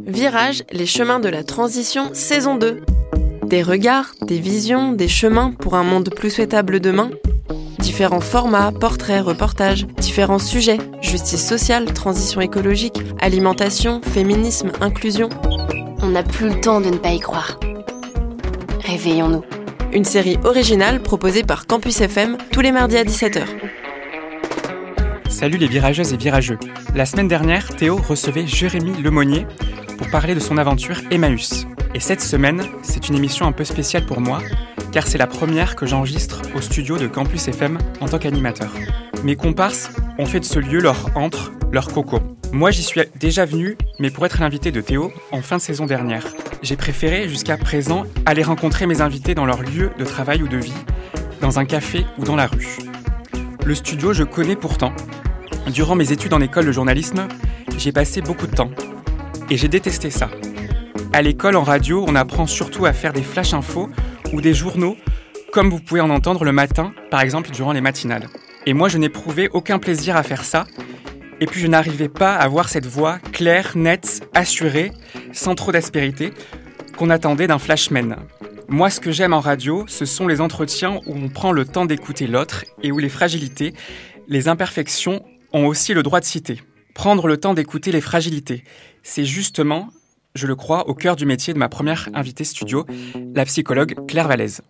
Virage, les chemins de la transition, saison 2. Des regards, des visions, des chemins pour un monde plus souhaitable demain. Différents formats, portraits, reportages, différents sujets, justice sociale, transition écologique, alimentation, féminisme, inclusion. On n'a plus le temps de ne pas y croire. Réveillons-nous. Une série originale proposée par Campus FM tous les mardis à 17h. Salut les virageuses et virageux. La semaine dernière, Théo recevait Jérémy Lemonnier pour parler de son aventure Emmaüs. Et cette semaine, c'est une émission un peu spéciale pour moi, car c'est la première que j'enregistre au studio de Campus FM en tant qu'animateur. Mes comparses ont fait de ce lieu leur antre, leur coco. Moi, j'y suis déjà venu, mais pour être l'invité de Théo en fin de saison dernière. J'ai préféré, jusqu'à présent, aller rencontrer mes invités dans leur lieu de travail ou de vie, dans un café ou dans la rue. Le studio, je connais pourtant. Durant mes études en école de journalisme, j'ai passé beaucoup de temps. Et j'ai détesté ça. À l'école, en radio, on apprend surtout à faire des flash infos ou des journaux, comme vous pouvez en entendre le matin, par exemple durant les matinales. Et moi, je n'éprouvais aucun plaisir à faire ça. Et puis, je n'arrivais pas à avoir cette voix claire, nette, assurée, sans trop d'aspérité, qu'on attendait d'un flashman. Moi, ce que j'aime en radio, ce sont les entretiens où on prend le temps d'écouter l'autre et où les fragilités, les imperfections ont aussi le droit de citer. Prendre le temps d'écouter les fragilités, c'est justement, je le crois, au cœur du métier de ma première invitée studio, la psychologue Claire Vallès.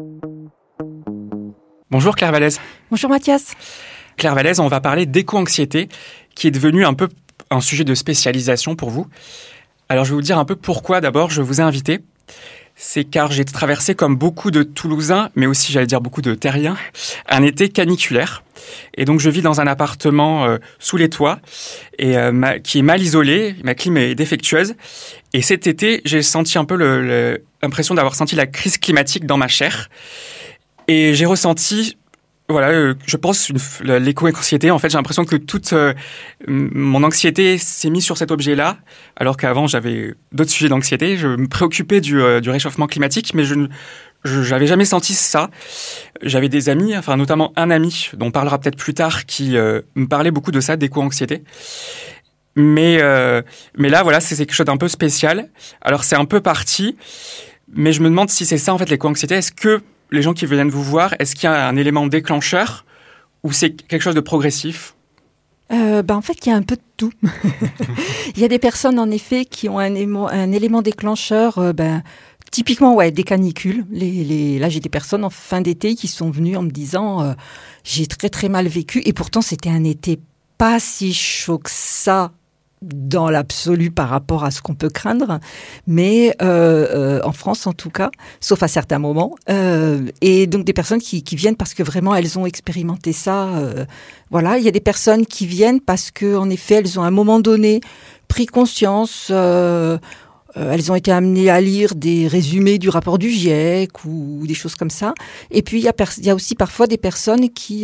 Bonjour Claire Vallès. Bonjour Mathias. Claire Vallès, on va parler d'éco-anxiété, qui est devenu un peu un sujet de spécialisation pour vous. Alors je vais vous dire un peu pourquoi d'abord je vous ai invité. C'est car j'ai traversé, comme beaucoup de Toulousains, mais aussi, j'allais dire, beaucoup de Terriens, un été caniculaire. Et donc, je vis dans un appartement sous les toits, et qui est mal isolé, ma clim est défectueuse. Et cet été, j'ai senti un peu l'impression d'avoir senti la crise climatique dans ma chair. Et j'ai ressenti, voilà, je pense, l'éco-anxiété. En fait, j'ai l'impression que toute mon anxiété s'est mise sur cet objet-là, alors qu'avant, j'avais d'autres sujets d'anxiété. Je me préoccupais du réchauffement climatique, mais je n'avais jamais senti ça. J'avais des amis, enfin notamment un ami, dont on parlera peut-être plus tard, qui me parlait beaucoup de ça, d'éco-anxiété. Mais là, voilà, c'est quelque chose d'un peu spécial. Alors, c'est un peu parti, mais je me demande si c'est ça, en fait, l'éco-anxiété. Est-ce que les gens qui viennent vous voir, est-ce qu'il y a un élément déclencheur ou c'est quelque chose de progressif ? En fait, il y a un peu de tout. Il y a des personnes, en effet, qui ont un élément déclencheur, typiquement, des canicules. Là, j'ai des personnes en fin d'été qui sont venues en me disant j'ai très, très mal vécu. Et pourtant, c'était un été pas si chaud que ça, dans l'absolu par rapport à ce qu'on peut craindre, mais en France en tout cas, sauf à certains moments. Et donc des personnes qui viennent parce que vraiment elles ont expérimenté ça. Voilà, il y a des personnes qui viennent parce que en effet elles ont à un moment donné pris conscience. Elles ont été amenées à lire des résumés du rapport du GIEC ou des choses comme ça. Et puis il y a aussi parfois des personnes qui,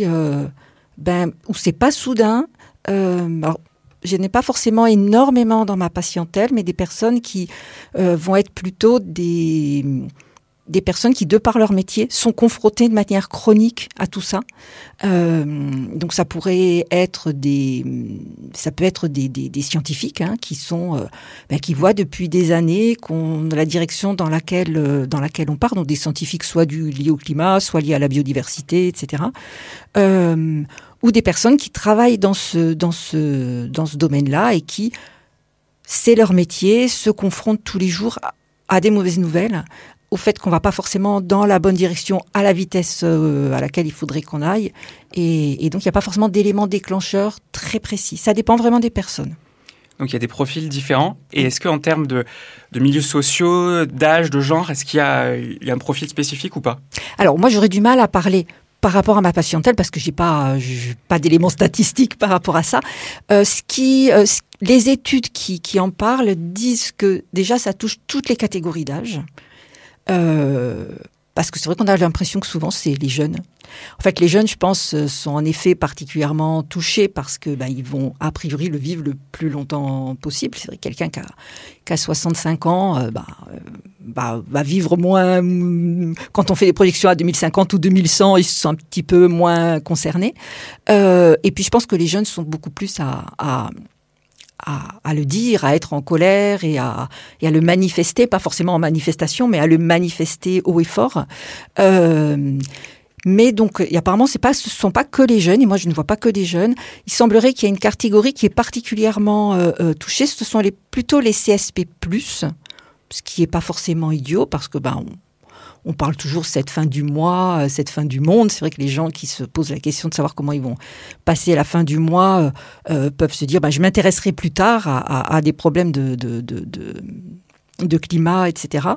où c'est pas soudain. Alors, je n'ai pas forcément énormément dans ma patientèle, mais des personnes qui vont être plutôt des personnes qui, de par leur métier, sont confrontées de manière chronique à tout ça. Donc ça pourrait être des scientifiques qui sont qui voient depuis des années la direction dans laquelle on part, donc des scientifiques soit liés au climat, soit liés à la biodiversité, etc. Ou des personnes qui travaillent dans ce domaine-là et qui, c'est leur métier, se confrontent tous les jours à des mauvaises nouvelles, au fait qu'on ne va pas forcément dans la bonne direction à la vitesse à laquelle il faudrait qu'on aille. Et donc, il n'y a pas forcément d'éléments déclencheurs très précis. Ça dépend vraiment des personnes. Donc, il y a des profils différents. Et est-ce qu'en termes de milieux sociaux, d'âge, de genre, est-ce qu'il y a un profil spécifique ou pas ? Alors, moi, j'aurais du mal à parler par rapport à ma patientèle, parce que j'ai pas d'éléments statistiques par rapport à ça. Les études qui en parlent disent que déjà ça touche toutes les catégories d'âge. Parce que c'est vrai qu'on a l'impression que souvent c'est les jeunes. En fait, les jeunes, je pense, sont en effet particulièrement touchés parce que ils vont a priori le vivre le plus longtemps possible. C'est vrai que quelqu'un qui a 65 ans va vivre moins. Quand on fait des projections à 2050 ou 2100, ils sont un petit peu moins concernés. Et puis, je pense que les jeunes sont beaucoup plus à à le dire, à être en colère et à le manifester, pas forcément en manifestation, mais à le manifester haut et fort. Mais donc, apparemment, ce sont pas que les jeunes, et moi je ne vois pas que des jeunes. Il semblerait qu'il y ait une catégorie qui est particulièrement touchée, ce sont plutôt les CSP+, ce qui n'est pas forcément idiot, parce que on parle toujours cette fin du mois, cette fin du monde. C'est vrai que les gens qui se posent la question de savoir comment ils vont passer la fin du mois peuvent se dire je m'intéresserai plus tard à des problèmes de climat, etc.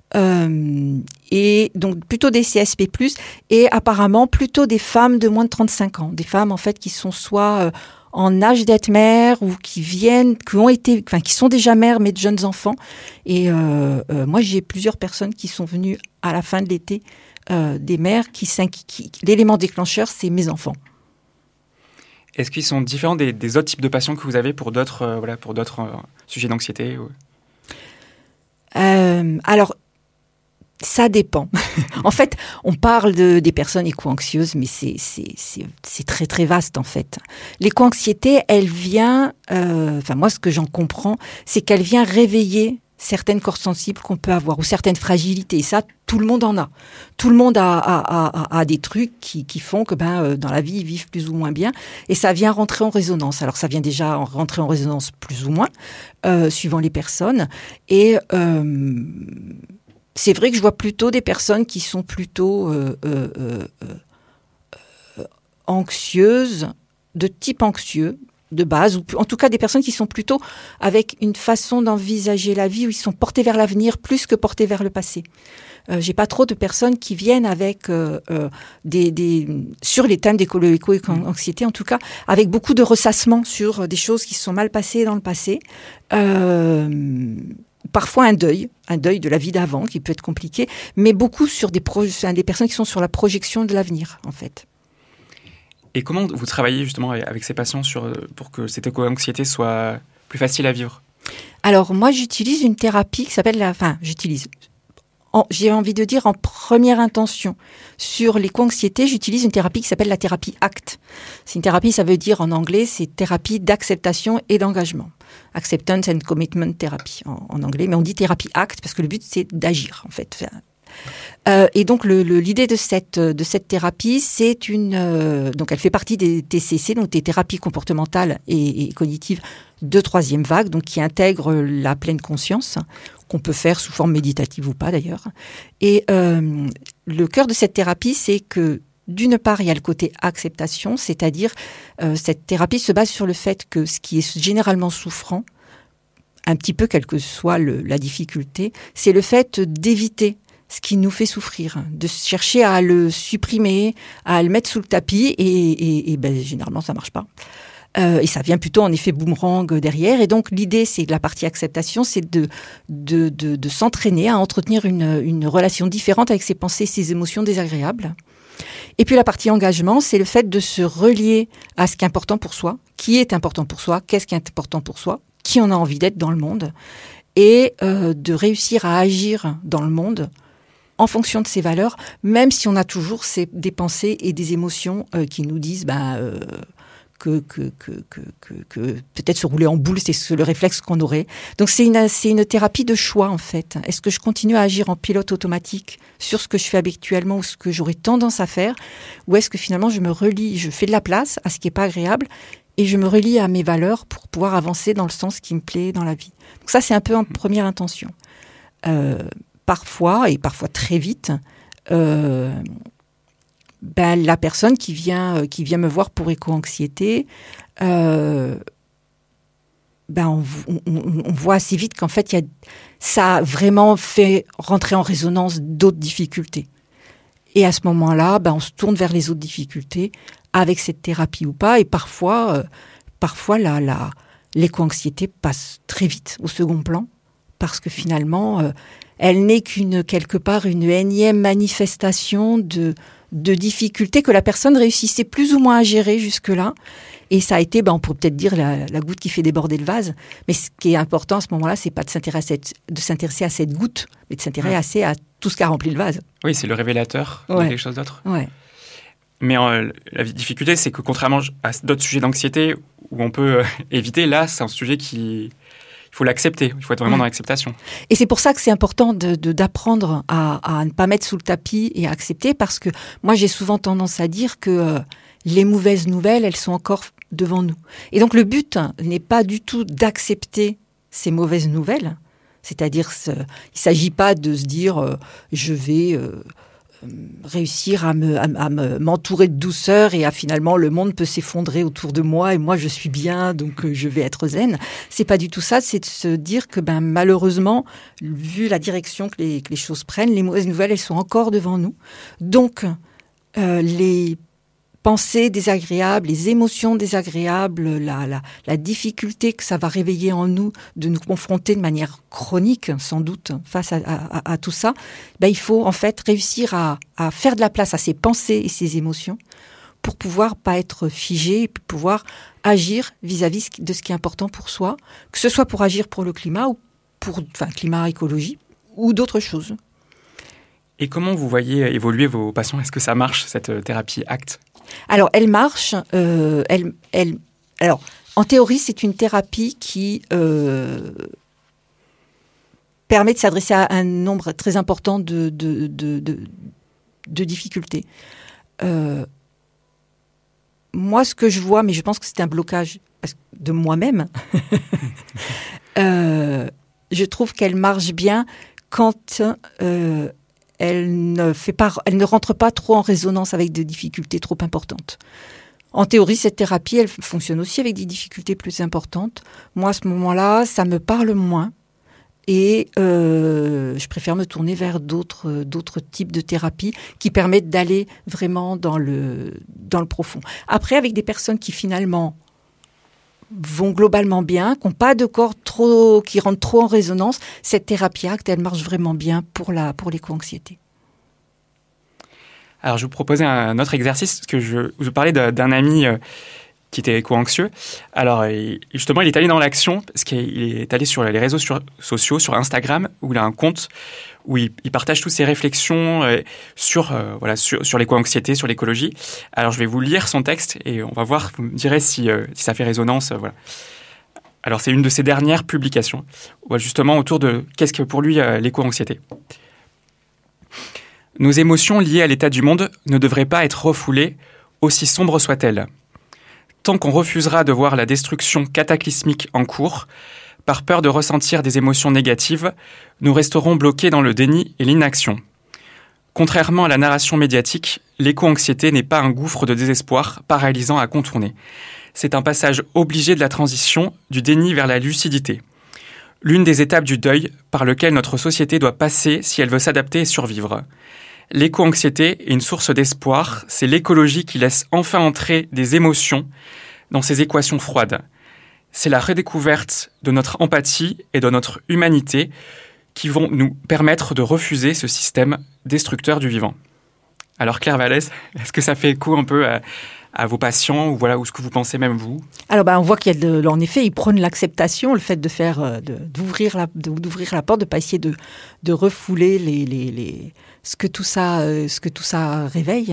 Et donc plutôt des CSP+, et apparemment plutôt des femmes de moins de 35 ans. Des femmes en fait qui sont soit en âge d'être mères ou qui sont déjà mères mais de jeunes enfants. Et moi j'ai plusieurs personnes qui sont venues à la fin de l'été, des mères l'élément déclencheur c'est mes enfants. Est-ce qu'ils sont différents des autres types de patients que vous avez pour d'autres sujets d'anxiété ou... Alors, ça dépend. En fait, on parle des personnes éco-anxieuses, mais c'est très très vaste en fait. L'éco-anxiété, elle vient, moi ce que j'en comprends, c'est qu'elle vient réveiller certaines cordes sensibles qu'on peut avoir ou certaines fragilités. Et ça, tout le monde en a. Tout le monde a des trucs qui font que dans la vie, ils vivent plus ou moins bien. Et ça vient rentrer en résonance. Alors, ça vient déjà rentrer en résonance plus ou moins, suivant les personnes. Et c'est vrai que je vois plutôt des personnes qui sont plutôt anxieuses, de type anxieux, de base, ou en tout cas des personnes qui sont plutôt avec une façon d'envisager la vie où ils sont portés vers l'avenir plus que portés vers le passé. J'ai pas trop de personnes qui viennent avec sur les thèmes d'éco et anxiété en tout cas, avec beaucoup de ressassement sur des choses qui se sont mal passées dans le passé. Parfois un deuil de la vie d'avant qui peut être compliqué, mais beaucoup sur des personnes qui sont sur la projection de l'avenir en fait. Et comment vous travaillez justement avec ces patients pour que cette éco-anxiété soit plus facile à vivre ? Alors moi j'utilise une thérapie qui s'appelle j'ai envie de dire en première intention. Sur l'éco-anxiété, j'utilise une thérapie qui s'appelle la thérapie ACT. C'est une thérapie, ça veut dire en anglais, c'est thérapie d'acceptation et d'engagement. Acceptance and Commitment Therapy en anglais, mais on dit thérapie ACT parce que le but c'est d'agir en fait. Et donc l'idée de cette thérapie, c'est donc elle fait partie des TCC, donc des thérapies comportementales et cognitives de troisième vague, donc qui intègrent la pleine conscience, qu'on peut faire sous forme méditative ou pas d'ailleurs. Et le cœur de cette thérapie, c'est que d'une part, il y a le côté acceptation, c'est-à-dire cette thérapie se base sur le fait que ce qui est généralement souffrant, un petit peu quelle que soit la difficulté, c'est le fait d'éviter ce qui nous fait souffrir, de chercher à le supprimer, à le mettre sous le tapis, et généralement ça marche pas. Et ça vient plutôt en effet boomerang derrière. Et donc l'idée, c'est que la partie acceptation, c'est de s'entraîner à entretenir une relation différente avec ses pensées, ses émotions désagréables. Et puis la partie engagement, c'est le fait de se relier à ce qui est important pour soi, qui est important pour soi, qu'est-ce qui est important pour soi, qui on a envie d'être dans le monde, et de réussir à agir dans le monde en fonction de ses valeurs, même si on a toujours des pensées et des émotions qui nous disent que peut-être se rouler en boule, c'est le réflexe qu'on aurait. Donc c'est une thérapie de choix en fait. Est-ce que je continue à agir en pilote automatique sur ce que je fais habituellement ou ce que j'aurais tendance à faire, ou est-ce que finalement je fais de la place à ce qui n'est pas agréable et je me relie à mes valeurs pour pouvoir avancer dans le sens qui me plaît dans la vie. Donc ça c'est un peu en première intention. Parfois, et parfois très vite, la personne qui vient me voir pour éco-anxiété, on voit assez vite qu'en fait, ça a vraiment fait rentrer en résonance d'autres difficultés. Et à ce moment-là, on se tourne vers les autres difficultés avec cette thérapie ou pas. Et parfois l'éco-anxiété passe très vite au second plan parce que finalement, elle n'est quelque part une énième manifestation de difficultés que la personne réussissait plus ou moins à gérer jusque-là. Et ça a été, on pourrait peut-être dire, la goutte qui fait déborder le vase. Mais ce qui est important à ce moment-là, c'est pas de s'intéresser à cette goutte, mais de s'intéresser à tout ce qui a rempli le vase. Oui, c'est le révélateur de quelque chose d'autre. Ouais. Mais la difficulté, c'est que contrairement à d'autres sujets d'anxiété où on peut éviter. Là, c'est un sujet il faut l'accepter. Il faut être vraiment dans l'acceptation. Et c'est pour ça que c'est important d'apprendre à ne pas mettre sous le tapis et à accepter, parce que moi, j'ai souvent tendance à dire que les mauvaises nouvelles, elles sont encore devant nous. Et donc, le but n'est pas du tout d'accepter ces mauvaises nouvelles. C'est-à-dire, il ne s'agit pas de se dire je vais réussir à m'entourer de douceur et finalement le monde peut s'effondrer autour de moi et moi je suis bien, donc je vais être zen. C'est pas du tout ça, c'est de se dire que malheureusement, vu la direction que les choses prennent, les mauvaises nouvelles, elles sont encore devant nous. Donc, les pensées désagréables, les émotions désagréables, la difficulté que ça va réveiller en nous de nous confronter de manière chronique, sans doute, face à tout ça, il faut en fait réussir à faire de la place à ces pensées et ces émotions pour pouvoir pas être figé et pouvoir agir vis-à-vis de ce qui est important pour soi, que ce soit pour agir pour le climat ou climat, écologie ou d'autres choses. Et comment vous voyez évoluer vos patients ? Est-ce que ça marche, cette thérapie ACT ? Alors, elle marche. Alors, en théorie, c'est une thérapie qui permet de s'adresser à un nombre très important de difficultés. Moi, ce que je vois, mais je pense que c'est un blocage de moi-même, je trouve qu'elle marche bien quand elle ne rentre pas trop en résonance avec des difficultés trop importantes. En théorie, cette thérapie, elle fonctionne aussi avec des difficultés plus importantes. Moi, à ce moment-là, ça me parle moins. Et je préfère me tourner vers d'autres types de thérapies qui permettent d'aller vraiment dans le profond. Après, avec des personnes qui finalement vont globalement bien, qui n'ont pas de corps qui rentrent trop en résonance, cette thérapie ACT, elle marche vraiment bien pour l'éco-anxiété. Alors, je vous proposais un autre exercice, parce que je vous parlais d'un ami qui était éco-anxieux. Alors, justement, il est allé dans l'action, parce qu'il est allé sur les réseaux sociaux, sur Instagram, où il a un compte où il partage toutes ses réflexions sur l'éco-anxiété, sur l'écologie. Alors, je vais vous lire son texte et on va voir, vous me direz si ça fait résonance. Voilà. Alors, c'est une de ses dernières publications, justement autour de qu'est-ce que pour lui l'éco-anxiété. Nos émotions liées à l'état du monde ne devraient pas être refoulées, aussi sombres soient-elles. Tant qu'on refusera de voir la destruction cataclysmique en cours, par peur de ressentir des émotions négatives, nous resterons bloqués dans le déni et l'inaction. Contrairement à la narration médiatique, l'éco-anxiété n'est pas un gouffre de désespoir paralysant à contourner. C'est un passage obligé de la transition du déni vers la lucidité. L'une des étapes du deuil par lequel notre société doit passer si elle veut s'adapter et survivre. L'éco-anxiété est une source d'espoir, c'est l'écologie qui laisse enfin entrer des émotions dans ces équations froides. C'est la redécouverte de notre empathie et de notre humanité qui vont nous permettre de refuser ce système destructeur du vivant. Alors Claire Vallès, est-ce que ça fait écho un peu à vos patients ou ce que vous pensez même vous ? Alors on voit qu'il y a en effet, ils prônent l'acceptation, le fait de faire d'ouvrir la porte, de pas essayer de refouler ce que tout ça réveille.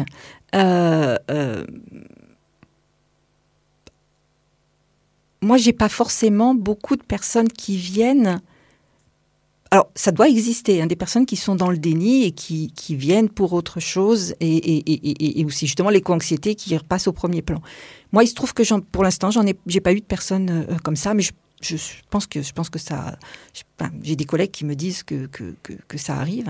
Moi, j'ai pas forcément beaucoup de personnes qui viennent. Alors, ça doit exister, des personnes qui sont dans le déni et qui viennent pour autre chose et aussi justement l'éco-anxiété qui repasse au premier plan. Moi, il se trouve que pour l'instant, j'ai pas eu de personnes comme ça, mais je pense que ça. J'ai des collègues qui me disent que ça arrive.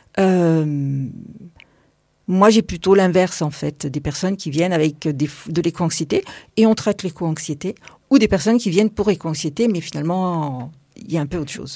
Moi, j'ai plutôt l'inverse, en fait, des personnes qui viennent avec de l'éco-anxiété et on traite l'éco-anxiété, ou des personnes qui viennent pour éco-anxiété, mais finalement, il y a un peu autre chose.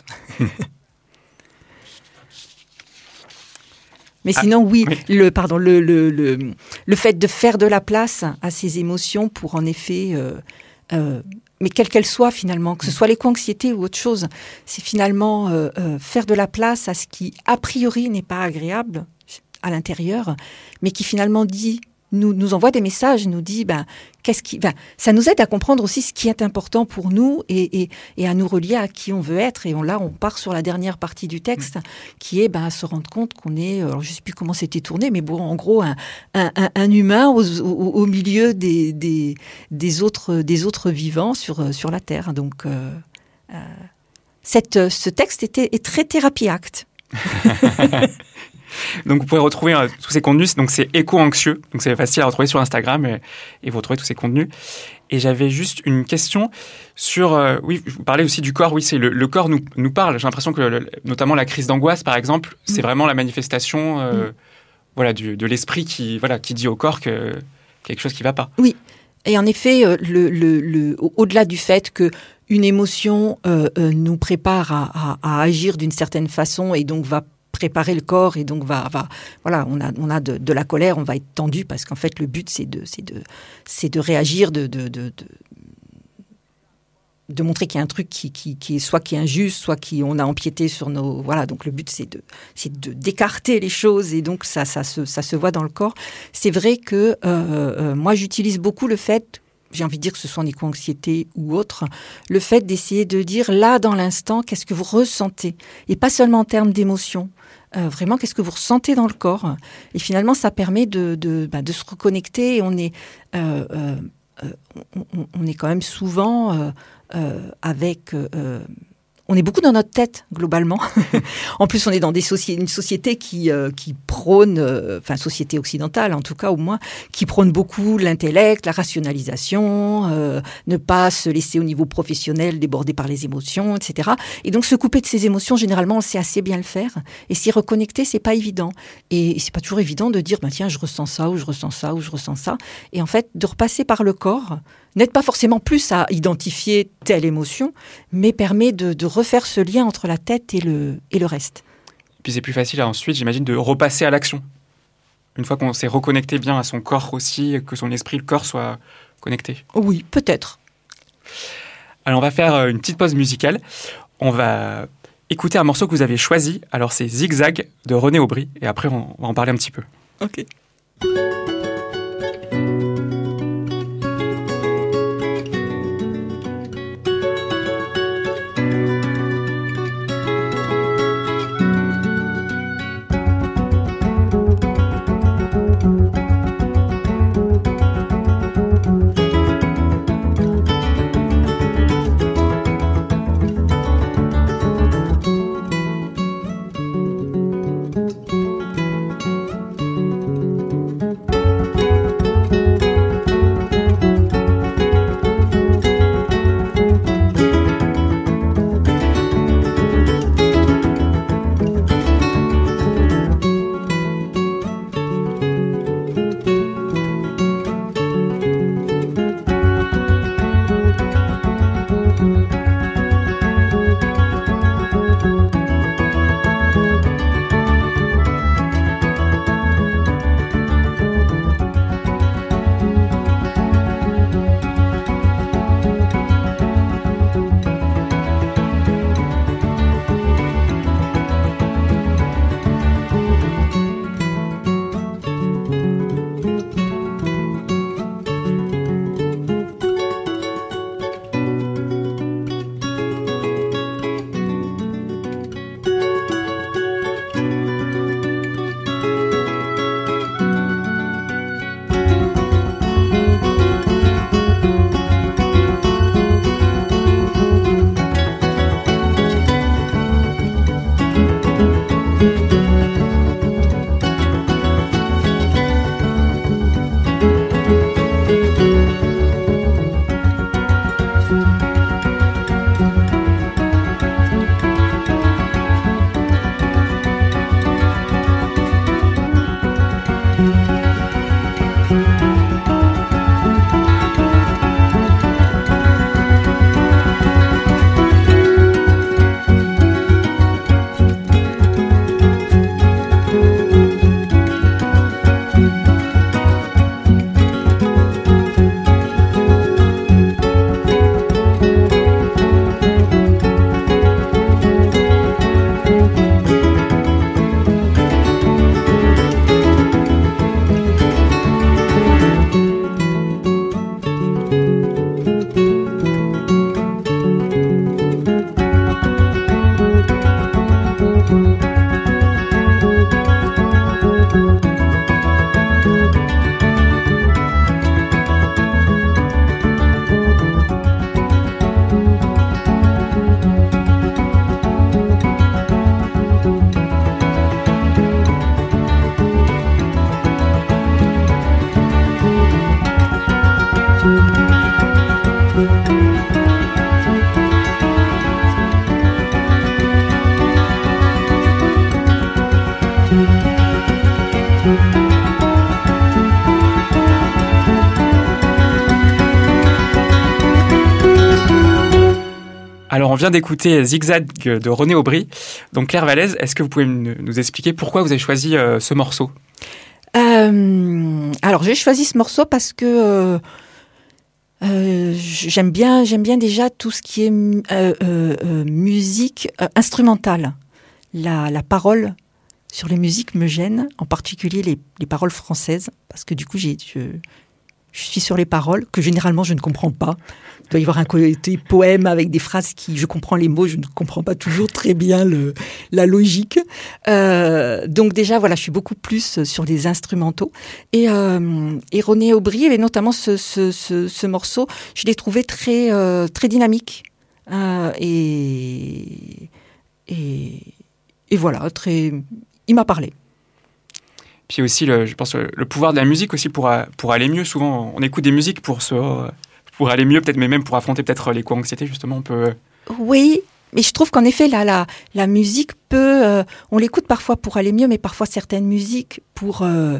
Mais sinon, oui. Le fait de faire de la place à ces émotions pour, en effet, mais quelle qu'elle soit finalement, que ce soit l'éco-anxiété ou autre chose, c'est finalement faire de la place à ce qui, a priori, n'est pas agréable à l'intérieur, mais qui finalement dit nous envoie des messages, nous dit ça nous aide à comprendre aussi ce qui est important pour nous et à nous relier à qui on veut être. Et là, on part sur la dernière partie du texte qui est se rendre compte qu'on est, alors je ne sais plus comment c'était tourné, mais bon, en gros, un humain au milieu des autres vivants sur la Terre. Donc, ce texte est très thérapie acte. Donc vous pouvez retrouver tous ces contenus, donc c'est éco-anxieux, donc c'est facile à retrouver sur Instagram et vous retrouvez tous ces contenus. Et j'avais juste une question sur, oui, vous parlez aussi du corps, oui, c'est le corps nous parle. J'ai l'impression que notamment la crise d'angoisse, par exemple, c'est vraiment la manifestation de l'esprit qui dit au corps que quelque chose qui ne va pas. Oui, et en effet, au-delà du fait que une émotion nous prépare à agir d'une certaine façon et donc va préparer le corps et donc on a de la colère, on va être tendu parce qu'en fait le but c'est de réagir, de montrer qu'il y a un truc qui est soit qui est injuste, soit on a empiété sur nos donc le but c'est d'écarter les choses et donc ça se voit dans le corps. C'est vrai que moi j'utilise beaucoup le fait, j'ai envie de dire que ce soit en éco-anxiété ou autre, le fait d'essayer de dire là dans l'instant qu'est-ce que vous ressentez et pas seulement en termes d'émotion. Vraiment, qu'est-ce que vous ressentez dans le corps ? Et finalement, ça permet de se reconnecter. Et on est quand même souvent avec... on est beaucoup dans notre tête, globalement. En plus, on est dans une société qui prône, société occidentale en tout cas, au moins, qui prône beaucoup l'intellect, la rationalisation, ne pas se laisser au niveau professionnel déborder par les émotions, etc. Et donc, se couper de ses émotions, généralement, on sait assez bien le faire. Et s'y reconnecter, c'est pas évident. Et c'est pas toujours évident de dire, tiens, je ressens ça, ou je ressens ça, ou je ressens ça. Et en fait, de repasser par le corps n'aide pas forcément plus à identifier telle émotion, mais permet de refaire ce lien entre la tête et le reste. Puis c'est plus facile ensuite, j'imagine, de repasser à l'action. Une fois qu'on s'est reconnecté bien à son corps aussi, que son esprit, le corps soit connecté. Oui, peut-être. Alors on va faire une petite pause musicale. On va écouter un morceau que vous avez choisi. Alors c'est Zigzag de René Aubry. Et après on va en parler un petit peu. Ok. Alors, on vient d'écouter Zigzag de René Aubry. Donc, Claire Vallès, est-ce que vous pouvez nous expliquer pourquoi vous avez choisi ce morceau ? Alors, j'ai choisi ce morceau parce que j'aime bien déjà tout ce qui est musique instrumentale. La parole sur les musiques me gêne, en particulier les paroles françaises, parce que du coup, je suis sur les paroles que généralement je ne comprends pas. Il doit y avoir un côté poème avec des phrases je comprends les mots, je ne comprends pas toujours très bien la logique. Donc déjà, voilà, je suis beaucoup plus sur les instrumentaux. Et René Aubry, et notamment ce morceau, je l'ai trouvé très dynamique. Et voilà, il m'a parlé. Puis aussi, je pense, le pouvoir de la musique aussi pour aller mieux. Souvent, on écoute des musiques pour aller mieux, peut-être, mais même pour affronter peut-être l'éco-anxiété, justement, on peut... Oui, mais je trouve qu'en effet, la musique peut... on l'écoute parfois pour aller mieux, mais parfois certaines musiques peuvent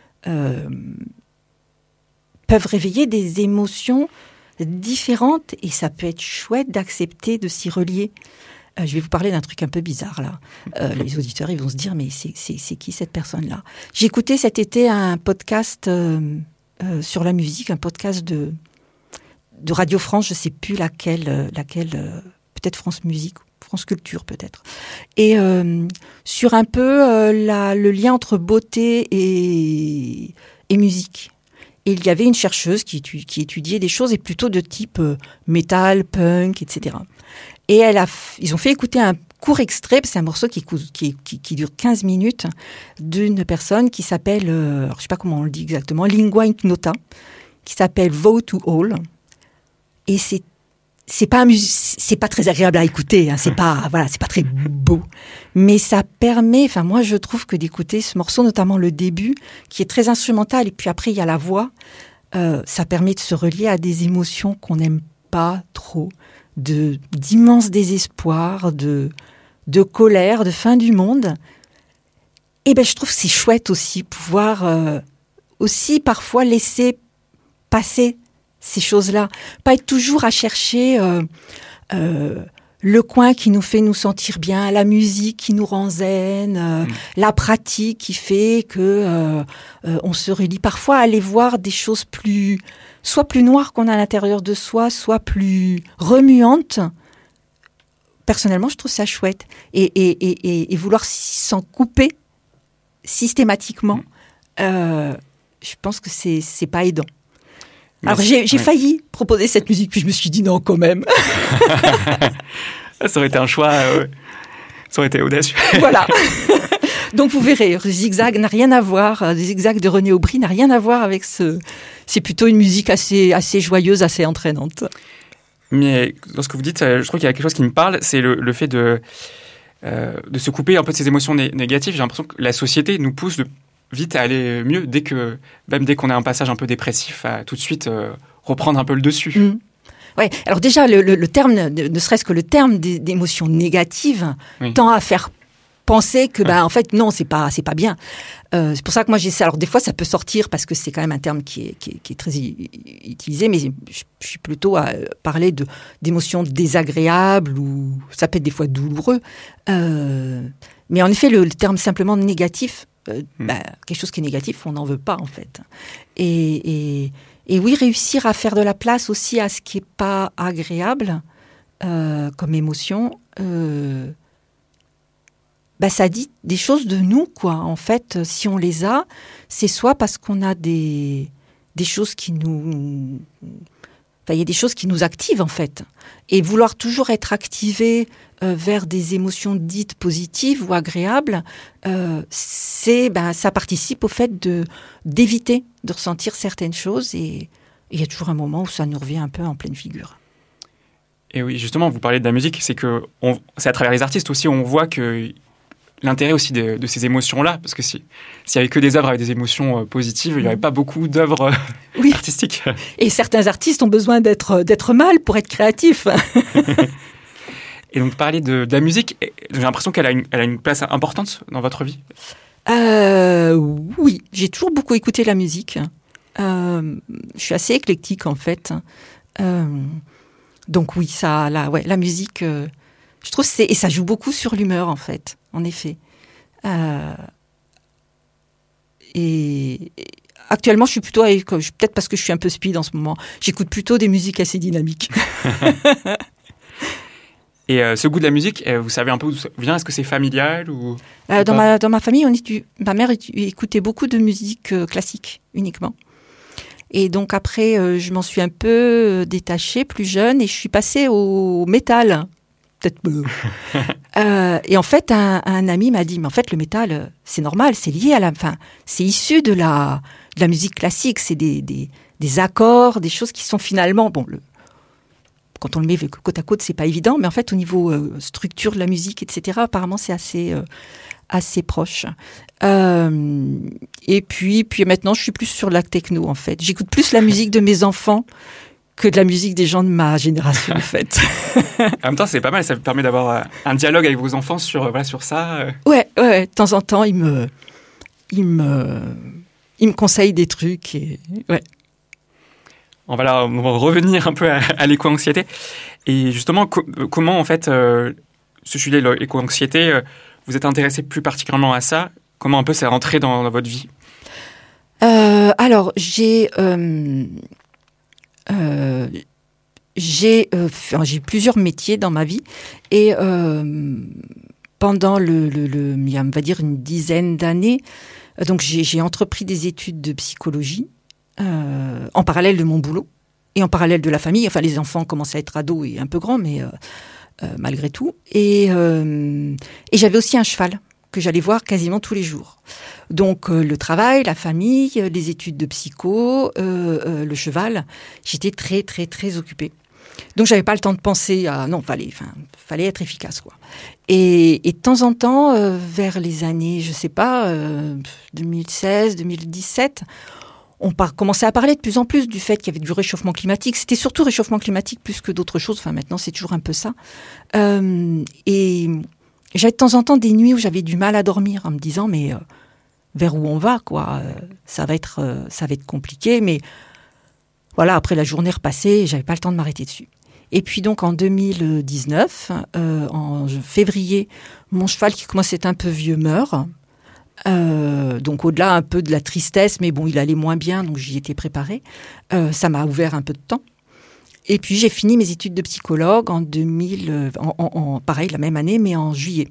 réveiller des émotions différentes, et ça peut être chouette d'accepter de s'y relier. Je vais vous parler d'un truc un peu bizarre, là. Les auditeurs, ils vont se dire, mais c'est qui cette personne-là ? J'ai écouté cet été un podcast sur la musique, un podcast de Radio France, je ne sais plus laquelle, peut-être France Musique, France Culture peut-être. Et sur un peu le lien entre beauté et musique. Et il y avait une chercheuse qui étudiait des choses, et plutôt de type métal, punk, etc. Et ils ont fait écouter un court extrait, c'est un morceau qui dure 15 minutes, d'une personne qui s'appelle, je ne sais pas comment on le dit exactement, Lingua Ignota, qui s'appelle Vow to All. Et c'est pas très agréable à écouter, hein, c'est pas très beau. Mais ça permet, moi je trouve que d'écouter ce morceau, notamment le début, qui est très instrumental, et puis après il y a la voix, ça permet de se relier à des émotions qu'on n'aime pas trop, d'immense désespoir, de colère, de fin du monde. Et je trouve que c'est chouette aussi pouvoir aussi parfois laisser passer ces choses-là, pas être toujours à chercher le coin qui nous fait nous sentir bien, la musique qui nous rend zen, la pratique qui fait que on se relie parfois à aller voir des choses soit plus noires qu'on a à l'intérieur de soi, soit plus remuantes. Personnellement, je trouve ça chouette. Et vouloir s'en couper systématiquement, je pense que c'est pas aidant. Alors j'ai failli proposer cette musique, puis je me suis dit non quand même. Ça aurait été un choix, ça aurait été audacieux. Voilà. Donc vous verrez, Zigzag n'a rien à voir, Zigzag de René Aubry n'a rien à voir avec c'est plutôt une musique assez joyeuse, assez entraînante. Mais dans ce que vous dites, je trouve qu'il y a quelque chose qui me parle, c'est le fait de se couper un peu de ces émotions négatives. J'ai l'impression que la société nous pousse vite à aller mieux, même dès qu'on a un passage un peu dépressif, à tout de suite reprendre un peu le dessus. Mmh. Ouais. Alors déjà, le terme, ne serait-ce que le terme d'émotions négatives, tend à faire penser que, en fait, non, c'est pas bien. C'est pour ça que moi, j'essaie. Alors des fois, ça peut sortir parce que c'est quand même un terme qui est très utilisé, mais je suis plutôt à parler d'émotions désagréables, ou ça peut être des fois douloureux. Mais en effet, le terme simplement négatif, quelque chose qui est négatif, on n'en veut pas en fait. Et oui, réussir à faire de la place aussi à ce qui n'est pas agréable comme émotion, ça dit des choses de nous, quoi. En fait, si on les a, c'est soit parce qu'on a des choses qui nous... il y a des choses qui nous activent, en fait. Et vouloir toujours être activé vers des émotions dites positives ou agréables, ça participe au fait d'éviter de ressentir certaines choses. Et il y a toujours un moment où ça nous revient un peu en pleine figure. Et oui, justement, vous parlez de la musique, c'est à travers les artistes aussi, on voit que l'intérêt aussi de ces émotions-là, parce que s'il n'y avait que des œuvres avec des émotions positives, il n'y aurait pas beaucoup d'œuvres artistiques. Et certains artistes ont besoin d'être mal pour être créatifs. Et donc, parler de la musique, j'ai l'impression qu'elle a une place importante dans votre vie. Oui, j'ai toujours beaucoup écouté la musique. Je suis assez éclectique, en fait. Donc oui, la musique, je trouve, et ça joue beaucoup sur l'humeur, en fait, en effet. Et actuellement, je suis plutôt, peut-être parce que je suis un peu speed en ce moment, j'écoute plutôt des musiques assez dynamiques. Et ce goût de la musique, vous savez un peu d'où ça vient? Est-ce que c'est familial ou dans ma famille, ma mère écoutait beaucoup de musique classique uniquement. Et donc après, je m'en suis un peu détachée plus jeune et je suis passée au métal. Peut-être. Et en fait, un ami m'a dit, mais en fait, le métal, c'est normal, c'est lié c'est issu de la musique classique, c'est des accords, des choses qui sont finalement, quand on le met côte à côte, c'est pas évident, mais en fait, au niveau structure de la musique, etc., apparemment, c'est assez proche. Et puis maintenant, je suis plus sur la techno, en fait. J'écoute plus la musique de mes enfants que de la musique des gens de ma génération, en fait. En même temps, c'est pas mal, ça vous permet d'avoir un dialogue avec vos enfants sur ça. Ouais, de temps en temps, ils me conseillent des trucs. Et, ouais. On va revenir un peu à l'éco-anxiété. Et justement, comment, en fait, ce sujet de l'éco-anxiété, vous êtes intéressé plus particulièrement à ça? Comment un peu c'est rentré dans votre vie? Alors, j'ai plusieurs métiers dans ma vie et pendant il y a, on va dire, une dizaine d'années, donc j'ai entrepris des études de psychologie en parallèle de mon boulot et en parallèle de la famille. Enfin, les enfants commençaient à être ados et un peu grands, mais malgré tout. Et j'avais aussi un cheval que j'allais voir quasiment tous les jours. Donc le travail, la famille, les études de psycho, le cheval, j'étais très très très occupée. Donc j'avais pas le temps de penser à fallait être efficace, quoi. Et de temps en temps, vers les années, je sais pas, 2016, 2017, on commençait à parler de plus en plus du fait qu'il y avait du réchauffement climatique. C'était surtout réchauffement climatique plus que d'autres choses. Enfin maintenant c'est toujours un peu ça. Et j'avais de temps en temps des nuits où j'avais du mal à dormir en me disant mais vers où on va, quoi. Ça va être compliqué, mais voilà, après la journée repassée, j'avais pas le temps de m'arrêter dessus. Et puis donc en 2019, en février, mon cheval qui commençait à être un peu vieux meurt. Donc au-delà un peu de la tristesse, mais bon, il allait moins bien, donc j'y étais préparée. Ça m'a ouvert un peu de temps. Et puis j'ai fini mes études de psychologue en pareil, la même année, mais en juillet.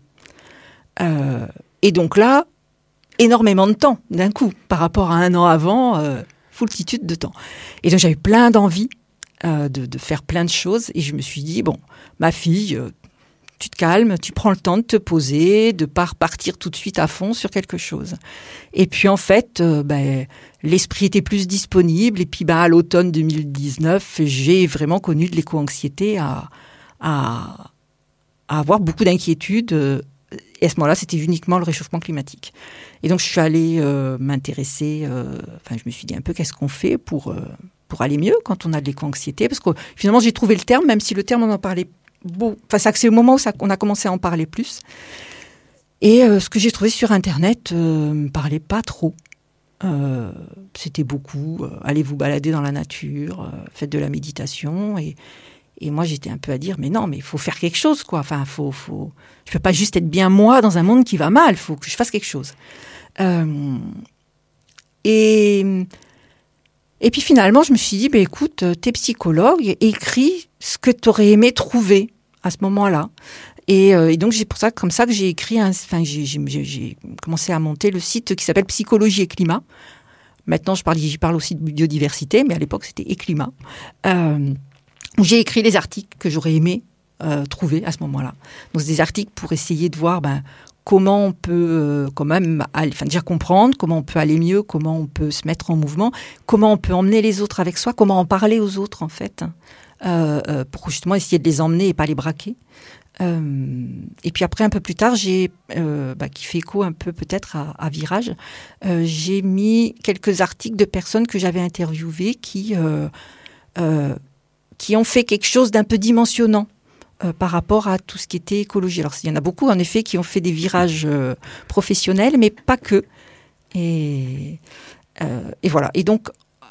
Et donc là, énormément de temps d'un coup, par rapport à un an avant, foultitude de temps. Et donc j'avais plein d'envie de faire plein de choses, et je me suis dit, bon, ma fille, tu te calmes, tu prends le temps de te poser, de pas repartir tout de suite à fond sur quelque chose. Et puis en fait, l'esprit était plus disponible, et puis à l'automne 2019, j'ai vraiment connu de l'éco-anxiété à avoir beaucoup d'inquiétudes. Et à ce moment-là, c'était uniquement le réchauffement climatique. Et donc, je suis allée m'intéresser. Je me suis dit un peu qu'est-ce qu'on fait pour aller mieux quand on a de l'éco-anxiété. Parce que finalement, j'ai trouvé le terme, même si le terme, on en parlait beaucoup. Enfin, c'est au moment où on a commencé à en parler plus. Et ce que j'ai trouvé sur Internet me parlait pas trop. C'était beaucoup allez vous balader dans la nature, faites de la méditation. Et moi, j'étais un peu à dire, mais non, mais il faut faire quelque chose, quoi. Enfin, je peux pas juste être bien moi dans un monde qui va mal. Il faut que je fasse quelque chose. Et puis finalement, je me suis dit, écoute, t'es psychologue, écris ce que t'aurais aimé trouver à ce moment-là. Et donc, c'est comme ça que j'ai écrit, j'ai commencé à monter le site qui s'appelle Psychologie et Climat. Maintenant, j'y parle aussi de biodiversité, mais à l'époque, c'était et climat. Où j'ai écrit les articles que j'aurais aimé trouver à ce moment-là. Donc, c'est des articles pour essayer de voir comment on peut déjà comprendre, comment on peut aller mieux, comment on peut se mettre en mouvement, comment on peut emmener les autres avec soi, comment en parler aux autres, en fait, pour justement essayer de les emmener et pas les braquer. Et puis après, un peu plus tard, qui fait écho un peu peut-être à Virage, j'ai mis quelques articles de personnes que j'avais interviewées qui ont fait quelque chose d'un peu dimensionnant par rapport à tout ce qui était écologie. Alors, il y en a beaucoup, en effet, qui ont fait des virages professionnels, mais pas que. Et voilà. Et donc,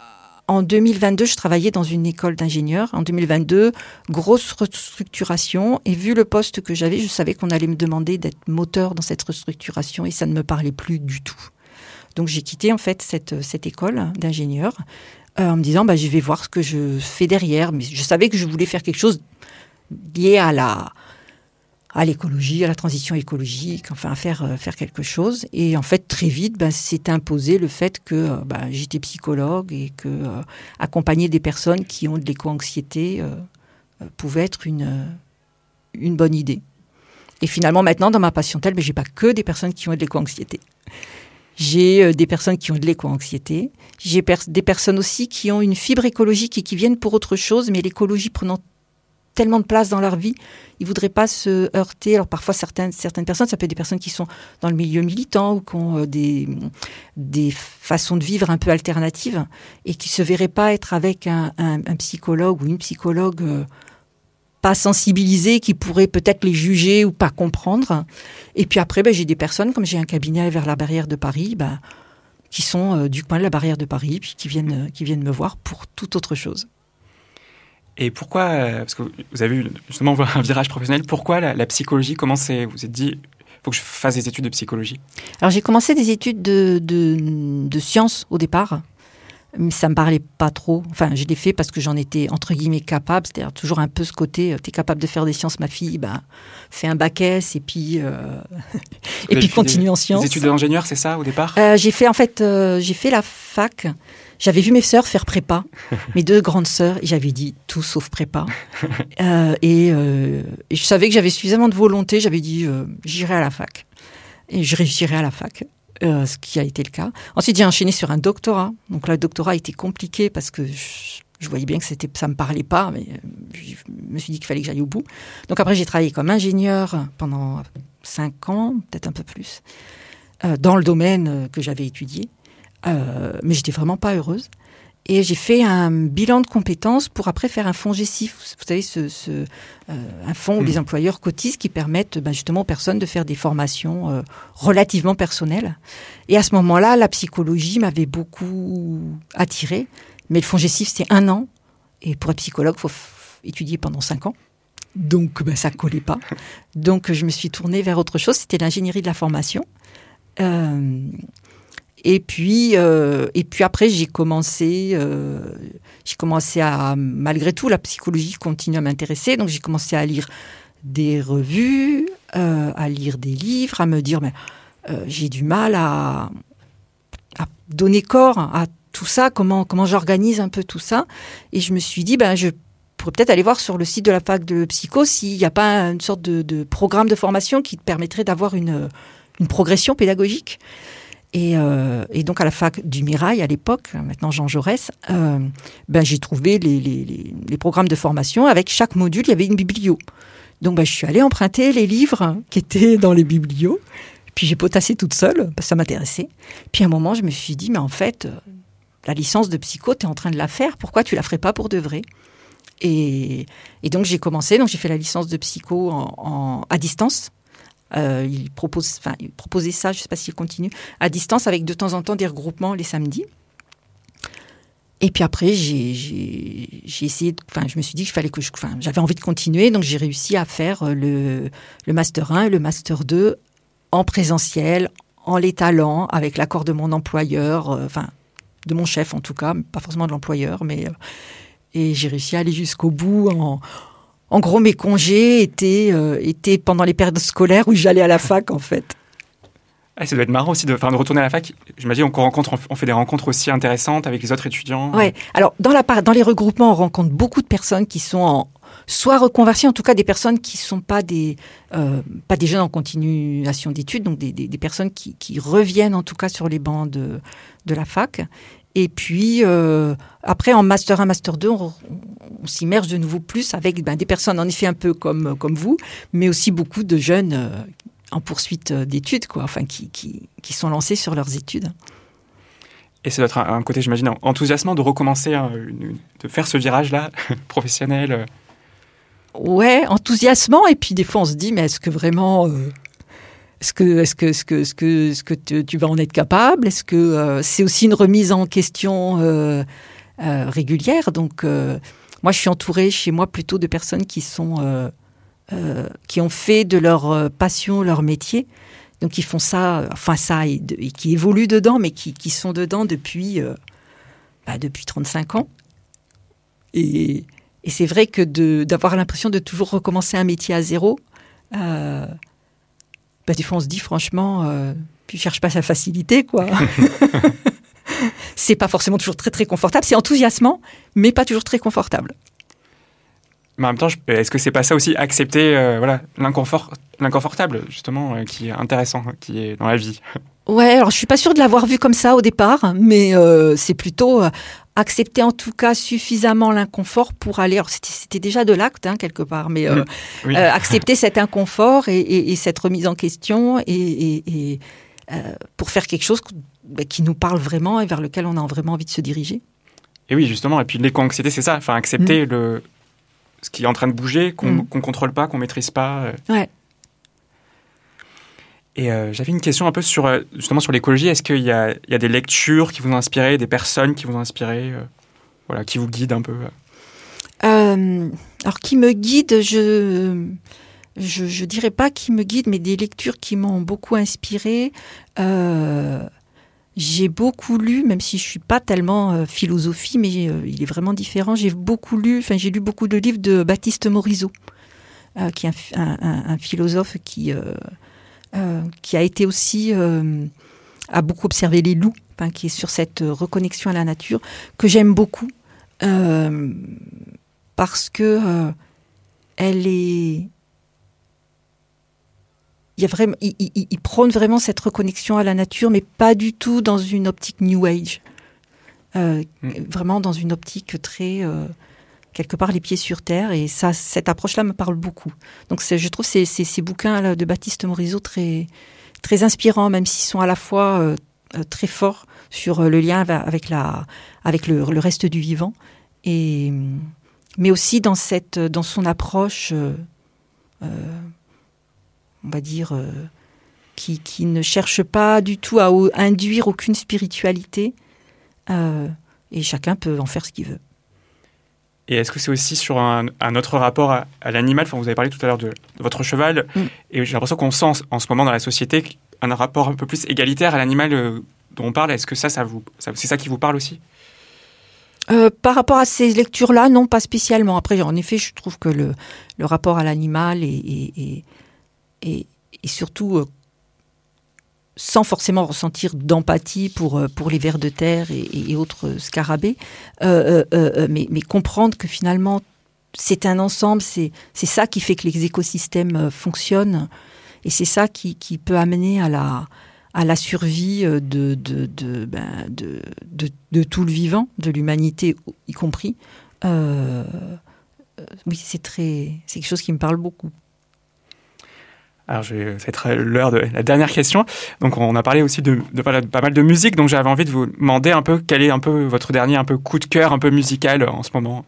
En 2022, je travaillais dans une école d'ingénieurs. En 2022, grosse restructuration. Et vu le poste que j'avais, je savais qu'on allait me demander d'être moteur dans cette restructuration et ça ne me parlait plus du tout. Donc j'ai quitté en fait cette école d'ingénieurs en me disant je vais voir ce que je fais derrière. Mais je savais que je voulais faire quelque chose lié à l'écologie, à la transition écologique, enfin faire quelque chose. Et en fait, très vite, s'est imposé le fait que j'étais psychologue et que accompagner des personnes qui ont de l'éco-anxiété pouvait être une bonne idée. Et finalement, maintenant, dans ma patientèle, j'ai pas que des personnes qui ont de l'éco-anxiété. J'ai des personnes qui ont de l'éco-anxiété. J'ai des personnes aussi qui ont une fibre écologique et qui viennent pour autre chose, mais l'écologie prenant tellement de place dans leur vie, ils ne voudraient pas se heurter. Alors parfois, certaines personnes, ça peut être des personnes qui sont dans le milieu militant ou qui ont des façons de vivre un peu alternatives et qui ne se verraient pas être avec un psychologue ou une psychologue pas sensibilisée, qui pourrait peut-être les juger ou pas comprendre. Et puis après, j'ai des personnes, comme j'ai un cabinet vers la barrière de Paris, qui sont du coin de la barrière de Paris, puis qui viennent me voir pour toute autre chose. Et pourquoi, parce que vous avez eu justement un virage professionnel, pourquoi la psychologie, comment vous vous êtes dit, il faut que je fasse des études de psychologie? Alors j'ai commencé des études de sciences au départ, mais ça ne me parlait pas trop. Enfin, je l'ai fait parce que j'en étais entre guillemets capable, c'est-à-dire toujours un peu ce côté, tu es capable de faire des sciences, ma fille, fais un bac S et puis continue en sciences. Des études d'ingénieur, c'est ça au départ? J'ai fait la fac. J'avais vu mes sœurs faire prépa, mes deux grandes sœurs, et j'avais dit tout sauf prépa. Et je savais que j'avais suffisamment de volonté, j'avais dit j'irai à la fac. Et je réussirai à la fac, ce qui a été le cas. Ensuite, j'ai enchaîné sur un doctorat. Donc là, le doctorat a été compliqué parce que je voyais bien que ça me parlait pas, mais je me suis dit qu'il fallait que j'aille au bout. Donc après, j'ai travaillé comme ingénieur pendant 5 ans, peut-être un peu plus, dans le domaine que j'avais étudié. Mais j'étais vraiment pas heureuse. Et j'ai fait un bilan de compétences pour après faire un fonds GESIF. Vous savez, un fonds où les employeurs cotisent qui permettent justement aux personnes de faire des formations relativement personnelles. Et à ce moment-là, la psychologie m'avait beaucoup attirée. Mais le fonds GESIF, c'est 1 an. Et pour être psychologue, il faut étudier pendant 5 ans. Donc, ça ne collait pas. Donc, je me suis tournée vers autre chose. C'était l'ingénierie de la formation. Et puis après, j'ai commencé à, malgré tout, la psychologie continue à m'intéresser. Donc, j'ai commencé à lire des revues, à lire des livres, à me dire, j'ai du mal à donner corps à tout ça, comment j'organise un peu tout ça. Et je me suis dit, je pourrais peut-être aller voir sur le site de la fac de psycho s'il n'y a pas une sorte de programme de formation qui te permettrait d'avoir une progression pédagogique. Et donc à la fac du Mirail à l'époque, maintenant Jean Jaurès, j'ai trouvé les programmes de formation. Avec chaque module, il y avait une biblio. Donc je suis allée emprunter les livres qui étaient dans les biblios. Puis j'ai potassé toute seule, parce que ça m'intéressait. Puis à un moment, je me suis dit, mais en fait, la licence de psycho, tu es en train de la faire. Pourquoi tu la ferais pas pour de vrai ? Et donc j'ai commencé. Donc j'ai fait la licence de psycho à distance. Il proposait ça, je ne sais pas s'il continue, à distance avec de temps en temps des regroupements les samedis. Et puis après, j'ai essayé, je me suis dit qu'il fallait que j'avais envie de continuer, donc j'ai réussi à faire le Master 1 et le Master 2 en présentiel, en l'étalant, avec l'accord de mon employeur, de mon chef en tout cas, pas forcément de l'employeur, et j'ai réussi à aller jusqu'au bout. En gros, mes congés étaient pendant les périodes scolaires où j'allais à la fac, en fait. Ah, ça doit être marrant aussi de retourner à la fac. J'imagine on fait des rencontres aussi intéressantes avec les autres étudiants. Oui. Alors, dans les regroupements, on rencontre beaucoup de personnes qui sont soit reconverties, en tout cas des personnes qui ne sont pas des jeunes en continuation d'études, donc des personnes qui reviennent en tout cas sur les bancs de la fac. Et puis, après, en Master 1, Master 2, on s'immerge de nouveau plus avec des personnes, en effet, un peu comme vous, mais aussi beaucoup de jeunes en poursuite d'études, qui sont lancés sur leurs études. Et ça doit être un côté, j'imagine, enthousiasmant de recommencer, de faire ce virage-là, professionnel. Ouais, enthousiasmant. Et puis, des fois, on se dit, mais est-ce que vraiment... Est-ce que tu vas en être capable ? Est-ce que c'est aussi une remise en question régulière. Donc, moi, je suis entourée chez moi plutôt de personnes qui ont fait de leur passion leur métier. Donc, ils font ça, et qui évoluent dedans, mais qui sont dedans depuis 35 ans. Et c'est vrai que d'avoir l'impression de toujours recommencer un métier à zéro, des fois on se dit franchement, tu cherches pas sa facilité, quoi. C'est pas forcément toujours très très confortable, c'est enthousiasmant, mais pas toujours très confortable. Mais en même temps, est-ce que c'est pas ça aussi, accepter l'inconfortable, justement, qui est intéressant, qui est dans la vie? Ouais, alors je suis pas sûre de l'avoir vu comme ça au départ, mais c'est plutôt accepter en tout cas suffisamment l'inconfort pour aller. Alors c'était déjà de l'acte quelque part, mais oui. Accepter cet inconfort et cette remise en question et pour faire quelque chose qui nous parle vraiment et vers lequel on a vraiment envie de se diriger. Et oui, justement. Et puis l'éco-anxiété, c'est ça. Enfin, accepter ce qui est en train de bouger, qu'on contrôle pas, qu'on maîtrise pas. Ouais. Et j'avais une question un peu sur l'écologie. Est-ce qu'il y a des lectures qui vous ont inspiré, des personnes qui vous ont inspiré, qui vous guident un peu? Alors, qui me guide, je dirais pas qui me guide, mais des lectures qui m'ont beaucoup inspirée. J'ai beaucoup lu, même si je suis pas tellement philosophie, mais il est vraiment différent. J'ai lu beaucoup de livres de Baptiste Morisot, qui est un philosophe qui a été aussi a beaucoup observé les loups, qui est sur cette reconnexion à la nature que j'aime beaucoup parce que il prône vraiment cette reconnexion à la nature, mais pas du tout dans une optique New Age, vraiment dans une optique très quelque part les pieds sur terre, et ça, cette approche-là me parle beaucoup. Donc je trouve ces bouquins de Baptiste Morisot très, très inspirants, même s'ils sont à la fois très forts sur le lien avec le reste du vivant, mais aussi dans son approche, on va dire, qui ne cherche pas du tout à induire aucune spiritualité, et chacun peut en faire ce qu'il veut. Et est-ce que c'est aussi sur un autre rapport à l'animal? Enfin, vous avez parlé tout à l'heure de votre cheval, et j'ai l'impression qu'on sent en ce moment dans la société un rapport un peu plus égalitaire à l'animal dont on parle. Est-ce que c'est ça qui vous parle aussi? Par rapport à ces lectures-là, non, pas spécialement. Après, en effet, je trouve que le rapport à l'animal et surtout sans forcément ressentir d'empathie pour les vers de terre et autres scarabées, mais comprendre que finalement c'est un ensemble, c'est ça qui fait que les écosystèmes fonctionnent, et c'est ça qui peut amener à la survie de tout le vivant, de l'humanité y compris. Oui, c'est quelque chose qui me parle beaucoup. Alors, ça va être l'heure de la dernière question. Donc, on a parlé aussi de pas mal de musique. Donc, j'avais envie de vous demander un peu quel est un peu votre dernier un peu coup de cœur, un peu musical en ce moment.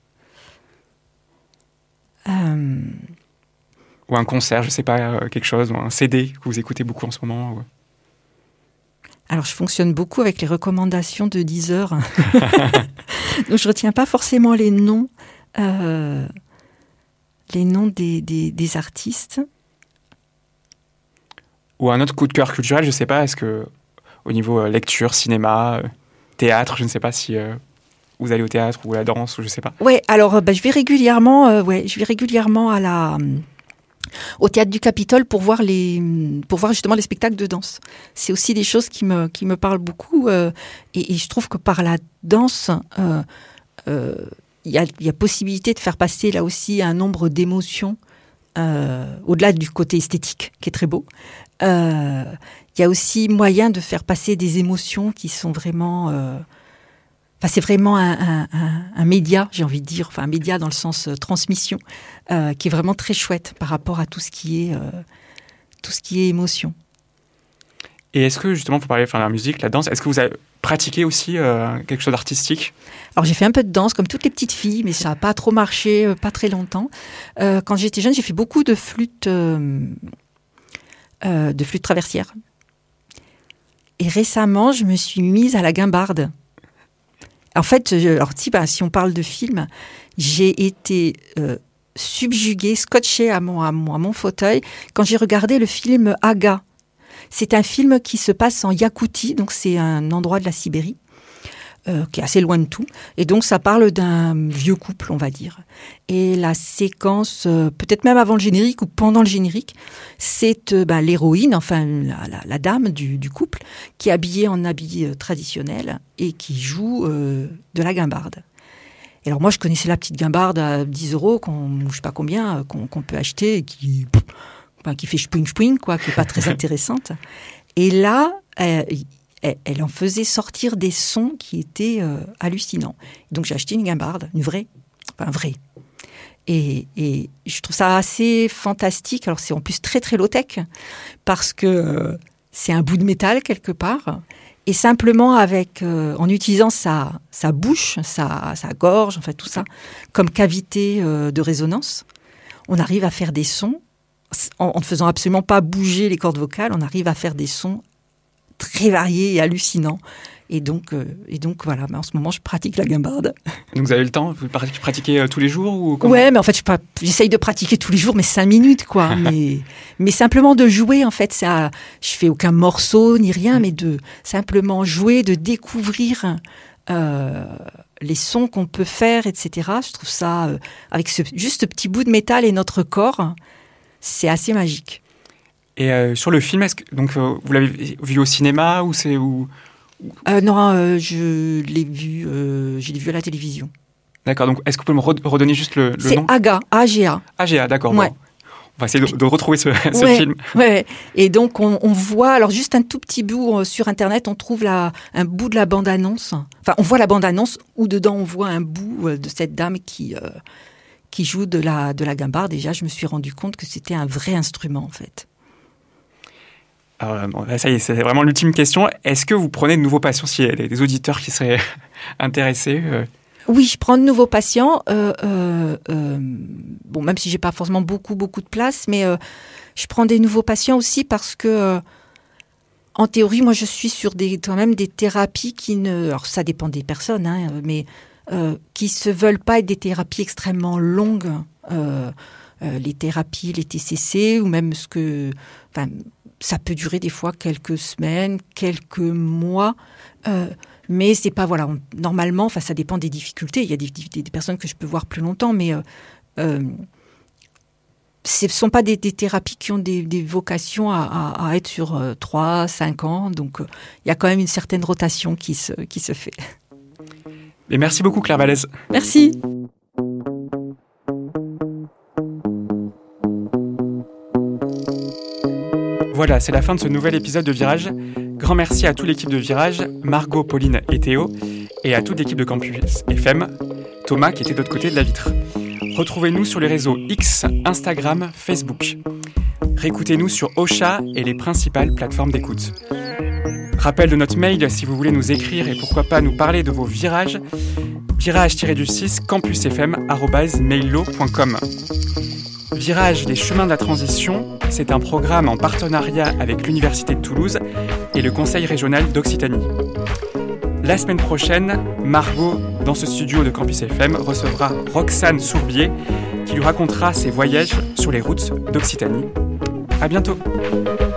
Ou un concert, je sais pas, quelque chose, ou un CD que vous écoutez beaucoup en ce moment. Ou... Alors, je fonctionne beaucoup avec les recommandations de Deezer. Donc, je retiens pas forcément les noms des artistes. Ou un autre coup de cœur culturel, je ne sais pas, est-ce que au niveau lecture, cinéma, théâtre, je ne sais pas si vous allez au théâtre ou à la danse, ou je ne sais pas. Ouais, alors je vais régulièrement au théâtre du Capitole pour voir justement les spectacles de danse. C'est aussi des choses qui me parlent beaucoup, et je trouve que par la danse, il y a possibilité de faire passer là aussi un nombre d'émotions. Au-delà du côté esthétique qui est très beau, il y a aussi moyen de faire passer des émotions qui sont vraiment c'est vraiment un média, j'ai envie de dire, un média dans le sens transmission, qui est vraiment très chouette par rapport à tout ce qui est émotion. Et est-ce que justement, pour parler de la musique, la danse, est-ce que vous avez pratiqué aussi quelque chose d'artistique? Alors j'ai fait un peu de danse comme toutes les petites filles, mais ça n'a pas trop marché, pas très longtemps. Quand j'étais jeune, j'ai fait beaucoup de flûte traversière. Et récemment, je me suis mise à la guimbarde. En fait, si on parle de film, j'ai été subjuguée, scotchée à mon fauteuil quand j'ai regardé le film Aga. C'est un film qui se passe en Yakoutie, donc c'est un endroit de la Sibérie, qui est assez loin de tout. Et donc ça parle d'un vieux couple, on va dire. Et la séquence, peut-être même avant le générique ou pendant le générique, c'est l'héroïne, enfin la dame du couple, qui est habillée en habit traditionnel et qui joue de la guimbarde. Et alors moi, je connaissais la petite guimbarde à 10 €, ou je sais pas combien, qu'on peut acheter, et qui fait chpouing, quoi, qui est pas très intéressante. Et là, elle en faisait sortir des sons qui étaient hallucinants. Donc j'ai acheté une guimbarde, une vraie. Et je trouve ça assez fantastique. Alors c'est en plus très très low-tech, parce que c'est un bout de métal quelque part. Et simplement en utilisant sa bouche, sa gorge, enfin tout ça, comme cavité de résonance, on arrive à faire des sons, en ne faisant absolument pas bouger les cordes vocales, on arrive à faire des sons très variés et hallucinants. Et donc voilà, en ce moment, je pratique la guimbarde. Donc vous avez le temps? Vous pratiquez tous les jours ou comment? Ouais, mais en fait, j'essaye de pratiquer tous les jours, mais 5 minutes, quoi. mais simplement de jouer, en fait, je fais aucun morceau ni rien, mais de simplement jouer, de découvrir les sons qu'on peut faire, etc. Je trouve ça, avec juste ce petit bout de métal et notre corps, c'est assez magique. Et sur le film, vous l'avez vu au cinéma ou c'est où? Non, je l'ai vu à la télévision. D'accord, donc est-ce que vous pouvez me redonner juste le nom? C'est Aga, A-G-A. A-G-A, d'accord. Ouais. Bon. On va essayer de retrouver ce film. Ouais. Et donc on voit, alors juste un tout petit bout sur Internet, on trouve un bout de la bande-annonce. Enfin, on voit la bande-annonce où dedans on voit un bout de cette dame qui joue de la guimbarde. Déjà, je me suis rendu compte que c'était un vrai instrument, en fait. Alors, ça y est, c'est vraiment l'ultime question. Est-ce que vous prenez de nouveaux patients, s'il y a des auditeurs qui seraient intéressés? Oui, je prends de nouveaux patients. Même si j'ai pas forcément beaucoup de place, mais je prends des nouveaux patients aussi parce que, en théorie, moi, je suis sur quand même des thérapies alors ça dépend des personnes, mais qui se veulent pas être des thérapies extrêmement longues. Les thérapies, les TCC, ou même ça peut durer des fois quelques semaines, quelques mois, mais c'est pas, normalement, ça dépend des difficultés. Il y a des personnes que je peux voir plus longtemps, mais ce ne sont pas des thérapies qui ont des vocations à être sur 3-5 ans, donc il y a quand même une certaine rotation qui se fait. Et merci beaucoup, Claire Vallès. Merci. Voilà, c'est la fin de ce nouvel épisode de Virage. Grand merci à toute l'équipe de Virage, Margot, Pauline et Théo, et à toute l'équipe de Campus FM, Thomas qui était de l'autre côté de la vitre. Retrouvez-nous sur les réseaux X, Instagram, Facebook. Réécoutez-nous sur Ocha et les principales plateformes d'écoute. Rappel de notre mail si vous voulez nous écrire et pourquoi pas nous parler de vos virages, virage-du-6 campusfm@maillo.com. Virage, les chemins de la transition, c'est un programme en partenariat avec l'Université de Toulouse et le Conseil régional d'Occitanie. La semaine prochaine, Margot, dans ce studio de Campus FM, recevra Roxane Sourbier qui lui racontera ses voyages sur les routes d'Occitanie. À bientôt.